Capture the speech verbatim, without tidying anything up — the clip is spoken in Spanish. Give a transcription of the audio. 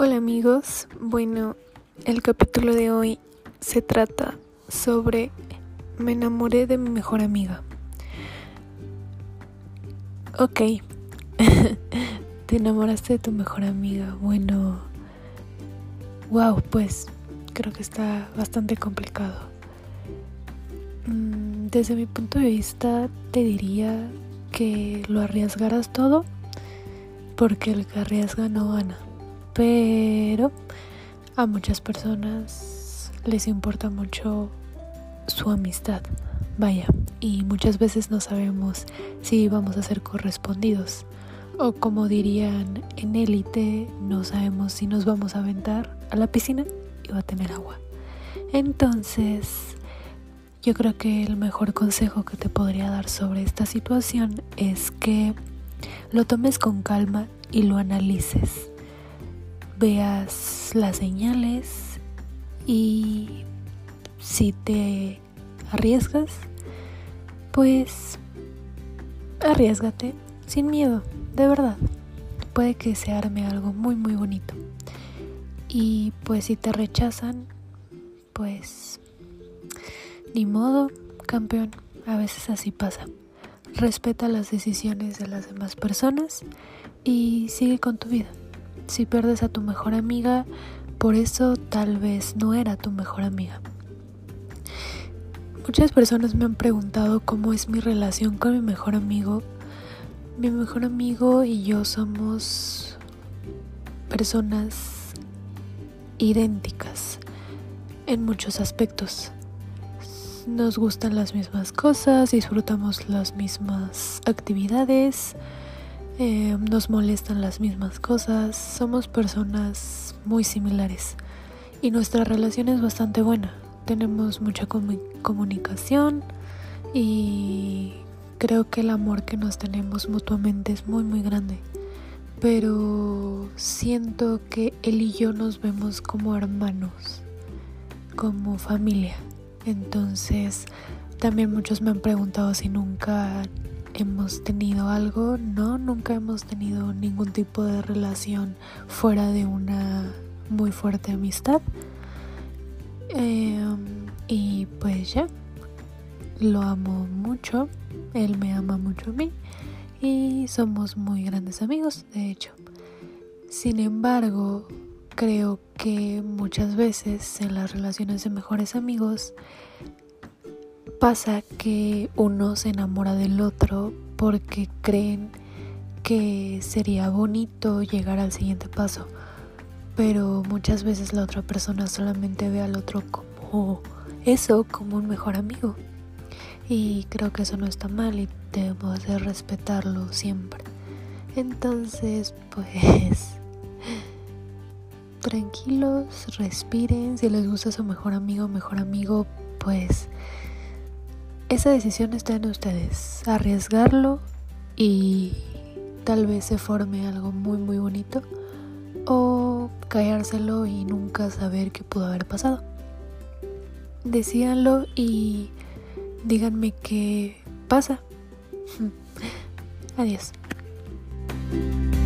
Hola amigos, bueno, el capítulo de hoy se trata sobre me enamoré de mi mejor amiga. Ok, te enamoraste de tu mejor amiga. Bueno, wow, pues creo que está bastante complicado. Mm, Desde mi punto de vista te diría que lo arriesgaras todo porque el que arriesga no gana. Pero a muchas personas les importa mucho su amistad, vaya, y muchas veces no sabemos si vamos a ser correspondidos, o como dirían en élite, no sabemos si nos vamos a aventar a la piscina y va a tener agua. Entonces, yo creo que el mejor consejo que te podría dar sobre esta situación es que lo tomes con calma y lo analices. Veas las señales y si te arriesgas, pues arriésgate sin miedo, de verdad. Puede que se arme algo muy muy bonito. Y pues si te rechazan, pues ni modo, campeón, a veces así pasa. Respeta las decisiones de las demás personas y sigue con tu vida. Si pierdes a tu mejor amiga, por eso tal vez no era tu mejor amiga. Muchas personas me han preguntado cómo es mi relación con mi mejor amigo. Mi mejor amigo y yo somos personas idénticas en muchos aspectos. Nos gustan las mismas cosas, disfrutamos las mismas actividades. Eh, nos molestan las mismas cosas, somos personas muy similares y nuestra relación es bastante buena. Tenemos mucha comu- comunicación y creo que el amor que nos tenemos mutuamente es muy muy grande, pero siento que él y yo nos vemos como hermanos, como familia. Entonces también muchos me han preguntado si nunca hemos tenido algo. No, nunca hemos tenido ningún tipo de relación fuera de una muy fuerte amistad. Eh, y pues ya, lo amo mucho, él me ama mucho a mí y somos muy grandes amigos, de hecho. Sin embargo, creo que muchas veces en las relaciones de mejores amigos pasa que uno se enamora del otro porque creen que sería bonito llegar al siguiente paso, pero muchas veces la otra persona solamente ve al otro como eso, como un mejor amigo, y creo que eso no está mal y debemos de respetarlo siempre. Entonces, pues tranquilos, respiren. Si les gusta su mejor amigo o mejor amigo, pues esa decisión está en ustedes, arriesgarlo y tal vez se forme algo muy muy bonito, o callárselo y nunca saber qué pudo haber pasado. Decídanlo y díganme qué pasa. Adiós.